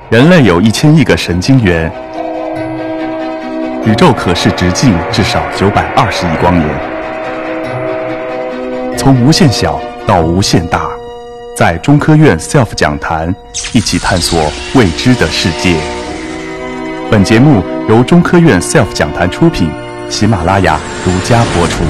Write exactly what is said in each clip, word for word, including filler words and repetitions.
人类有一千亿个神经元，宇宙可视直径至少九百二十亿光年。从无限小到无限大，在中科院 S E L F 讲坛一起探索未知的世界。本节目由中科院 S E L F 讲坛出品，喜马拉雅独家播出。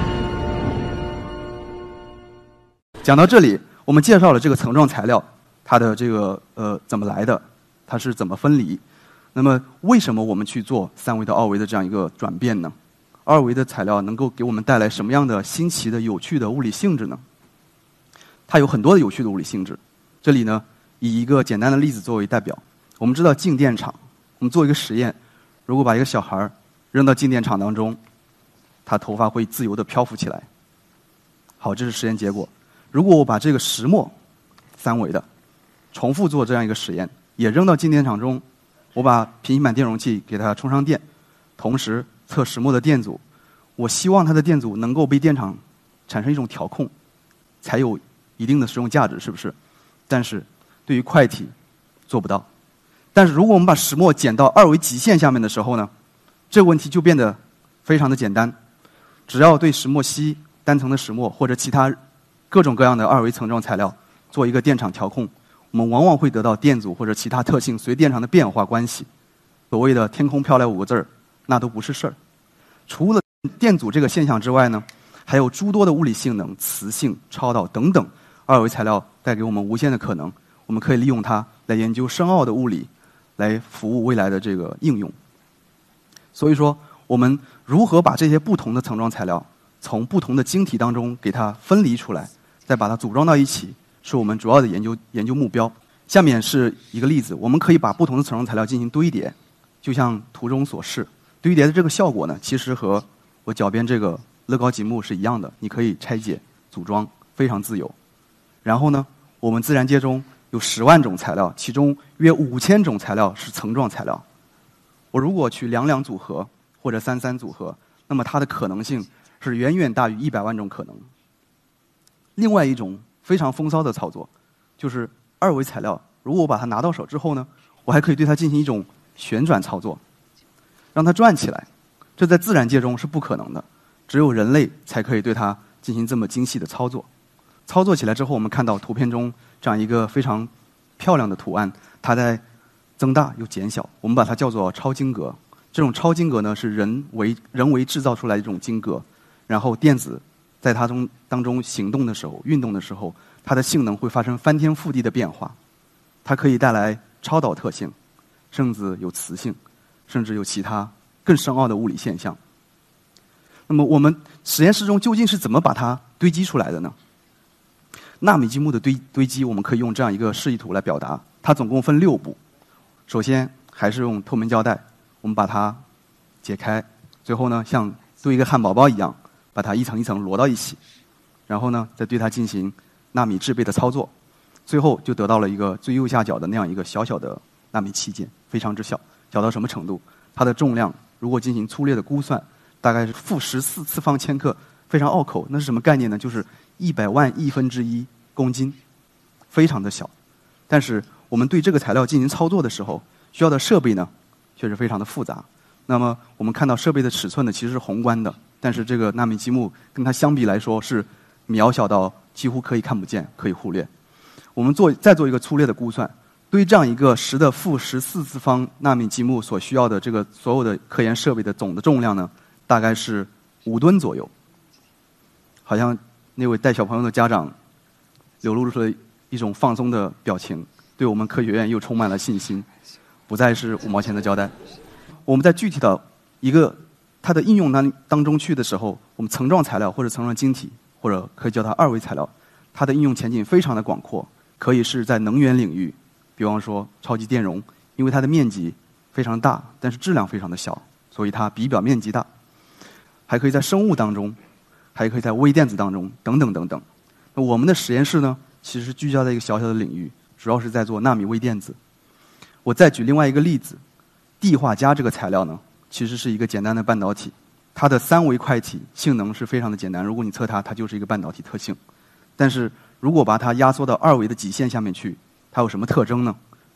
讲到这里，我们介绍了这个层状材料，它的这个呃怎么来的，它是怎么分离。那么为什么我们去做三维到二维的这样一个转变呢？二维的材料能够给我们带来什么样的新奇的、有趣的物理性质呢？它有很多的有趣的物理性质。这里呢，以一个简单的例子作为代表。我们知道静电场，我们做一个实验，如果把一个小孩扔到静电场当中，他头发会自由地漂浮起来。好，这是实验结果。如果我把这个石墨三维的重复做这样一个实验，也扔到静电场中，我把平行板电容器给它充上电，同时测石墨的电阻，我希望它的电阻能够被电场产生一种调控，才有一定的实用价值，是不是？但是对于块体做不到。但是如果我们把石墨减到二维极限下面的时候呢，这个问题就变得非常的简单。只要对石墨烯、单层的石墨或者其他各种各样的二维层状材料做一个电场调控，我们往往会得到电阻或者其他特性随电场的变化关系。所谓的天空飘来五个字儿，那都不是事儿。除了电阻这个现象之外呢，还有诸多的物理性能、磁性、超导等等二维材料带给我们无限的可能，我们可以利用它来研究深奥的物理，来服务未来的这个应用。所以说，我们如何把这些不同的层状材料从不同的晶体当中给它分离出来，再把它组装到一起，是我们主要的研究研究目标。下面是一个例子，我们可以把不同的层状材料进行堆叠，就像图中所示。堆叠的这个效果呢，其实和我脚边这个乐高积木是一样的，你可以拆解、组装，非常自由。然后呢，我们自然界中有十万种材料，其中约五千种材料是层状材料。我如果去两两组合或者三三组合，那么它的可能性是远远大于一百万种可能。另外一种非常风骚的操作，就是二维材料，如果我把它拿到手之后呢，我还可以对它进行一种旋转操作，让它转起来。这在自然界中是不可能的，只有人类才可以对它进行这么精细的操作。操作起来之后，我们看到图片中这样一个非常漂亮的图案，它在增大又减小，我们把它叫做超晶格。这种超晶格呢，是人为人为制造出来的一种晶格，然后电子在它中当中行动的时候、运动的时候，它的性能会发生翻天覆地的变化。它可以带来超导特性，甚至有磁性，甚至有其他更深奥的物理现象。那么我们实验室中究竟是怎么把它堆积出来的呢？纳米积木的堆堆积，我们可以用这样一个示意图来表达。它总共分六步。首先还是用透明胶带，我们把它解开，最后呢，像堆一个汉堡包一样，把它一层一层摞到一起，然后呢，再对它进行纳米制备的操作，最后就得到了一个最右下角的那样一个小小的纳米器件，非常之小，小到什么程度？它的重量如果进行粗略的估算，大概是负十四次方千克，非常拗口。那是什么概念呢？就是一百万亿分之一公斤，非常的小。但是我们对这个材料进行操作的时候，需要的设备呢，确实非常的复杂。那么我们看到设备的尺寸呢，其实是宏观的，但是这个纳米积木跟它相比来说是渺小到几乎可以看不见，可以忽略。我们做再做一个粗略的估算，对于这样一个十的负十四次方纳米积木所需要的这个所有的科研设备的总的重量呢，大概是五吨左右。好像那位带小朋友的家长流露出了一种放松的表情，对我们科学院又充满了信心，不再是五毛钱的胶带。我们在具体的一个它的应用当当中去的时候，我们层状材料或者层状晶体，或者可以叫它二维材料，它的应用前景非常的广阔，可以是在能源领域，比方说超级电容，因为它的面积非常大，但是质量非常的小，所以它比表面积大。还可以在生物当中，还可以在微电子当中，等等等等。那我们的实验室呢，其实聚焦在一个小小的领域，主要是在做纳米微电子。我再举另外一个例子，碲化镓这个材料呢，其实是一个简单的半导体，它的三维块体性能是非常的简单，如果你测它，它就是一个半导体特性。但是如果把它压缩到二维的极限下面去，它有什么特征呢？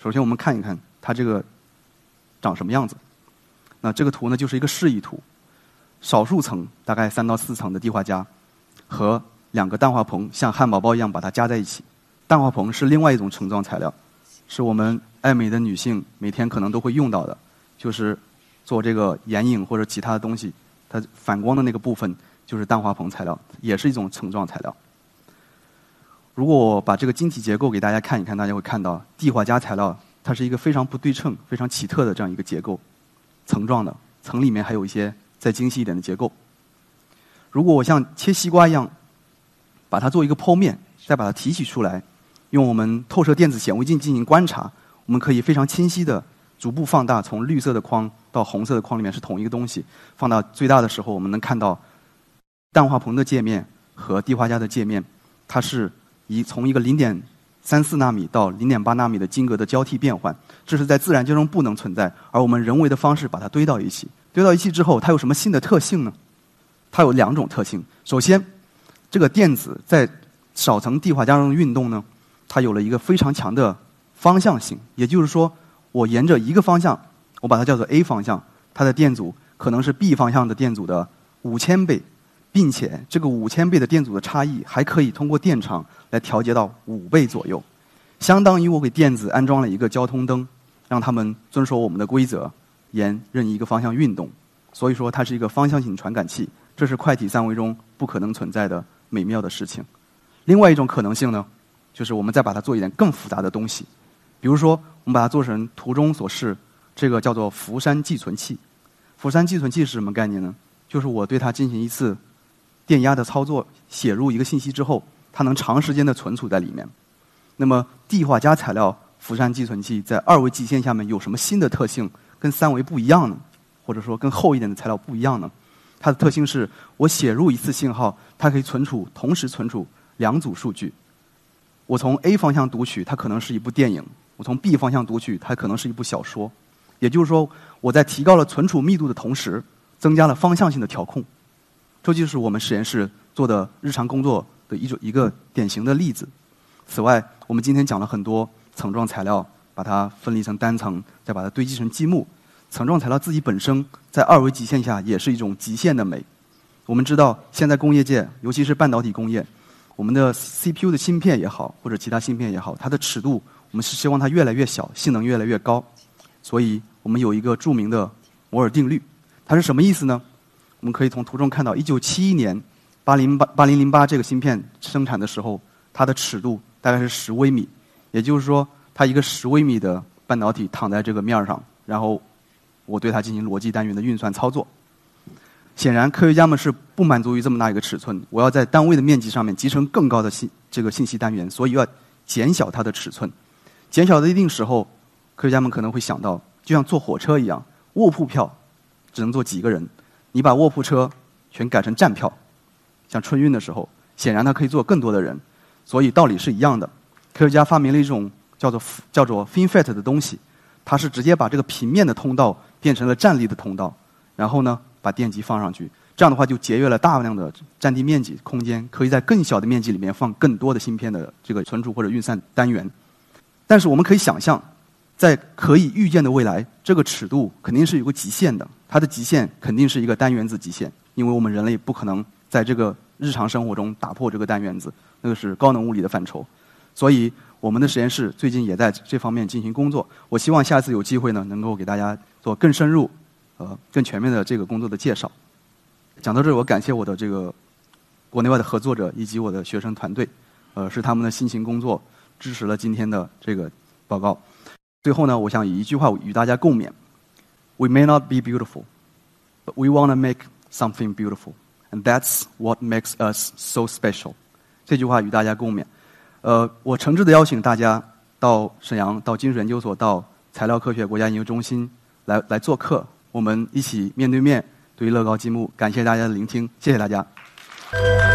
首先我们看一看它这个长什么样子。那这个图呢，就是一个示意图，少数层大概三到四层的地化镓和两个氮化硼像汉堡包一样把它加在一起。氮化硼是另外一种层状材料，是我们爱美的女性每天可能都会用到的，就是做这个眼影或者其他的东西，它反光的那个部分就是氮化硼材料，也是一种层状材料。如果我把这个晶体结构给大家看一看，大家会看到地化镓材料它是一个非常不对称、非常奇特的这样一个结构，层状的，层里面还有一些再精细一点的结构。如果我像切西瓜一样把它做一个剖面，再把它提取出来，用我们透射电子显微镜进行观察，我们可以非常清晰的逐步放大，从绿色的框到红色的框里面是同一个东西，放到最大的时候，我们能看到氮化硼的界面和地化镓的界面，它是以从一个零点三四纳米到零点八纳米的晶格的交替变换，这是在自然界中不能存在，而我们人为的方式把它堆到一起。堆到一起之后，它有什么新的特性呢？它有两种特性。首先，这个电子在少层地化镓中运动呢，它有了一个非常强的方向性，也就是说，我沿着一个方向，我把它叫做 A 方向，它的电阻可能是 B 方向的电阻的五千倍，并且这个五千倍的电阻的差异还可以通过电场来调节到五倍左右，相当于我给电子安装了一个交通灯，让它们遵守我们的规则，沿任意一个方向运动。所以说，它是一个方向性传感器，这是快体三维中不可能存在的美妙的事情。另外一种可能性呢，就是我们再把它做一点更复杂的东西，比如说我们把它做成图中所示，这个叫做福山寄存器。福山寄存器是什么概念呢？就是我对它进行一次电压的操作，写入一个信息之后，它能长时间的存储在里面。那么地化镓材料福山寄存器在二维极限下面有什么新的特性，跟三维不一样呢？或者说跟厚一点的材料不一样呢？它的特性是我写入一次信号，它可以存储同时存储两组数据。我从 A 方向读取，它可能是一部电影；我从 B 方向读取，它可能是一部小说。也就是说，我在提高了存储密度的同时，增加了方向性的调控。这就是我们实验室做的日常工作的一种一个典型的例子。此外，我们今天讲了很多层状材料，把它分离成单层，再把它堆积成积木。层状材料自己本身在二维极限下也是一种极限的美。我们知道，现在工业界，尤其是半导体工业，我们的 C P U 的芯片也好，或者其他芯片也好，它的尺度我们是希望它越来越小，性能越来越高。所以我们有一个著名的摩尔定律，它是什么意思呢？我们可以从图中看到，一九七一年八零八八零零八这个芯片生产的时候，它的尺度大概是十微米，也就是说，它一个十微米的半导体躺在这个面上，然后我对它进行逻辑单元的运算操作。显然，科学家们是不满足于这么大一个尺寸，我要在单位的面积上面集成更高的信这个信息单元，所以要减小它的尺寸。减小到一定时候，科学家们可能会想到，就像坐火车一样，卧铺票只能坐几个人，你把卧铺车全改成站票，像春运的时候，显然它可以坐更多的人，所以道理是一样的。科学家发明了一种叫做叫做 FinFET 的东西，它是直接把这个平面的通道变成了站立的通道，然后呢，把电极放上去，这样的话就节约了大量的占地面积空间，可以在更小的面积里面放更多的芯片的这个存储或者运算单元。但是我们可以想象，在可以预见的未来，这个尺度肯定是有个极限的，它的极限肯定是一个单原子极限，因为我们人类不可能在这个日常生活中打破这个单原子，那个是高能物理的范畴。所以我们的实验室最近也在这方面进行工作，我希望下次有机会呢，能够给大家做更深入、呃更全面的这个工作的介绍。讲到这里，我感谢我的这个国内外的合作者以及我的学生团队，呃，是他们的辛勤工作支持了今天的这个报告。最后呢，我想以一句话与大家共勉 ：We may not be beautiful, but we want to make something beautiful, and that's what makes us so special。这句话与大家共勉。呃，我诚挚的邀请大家到沈阳、到金属研究所、到材料科学国家研究中心来来做客，我们一起面对面对乐高积木。感谢大家的聆听，谢谢大家。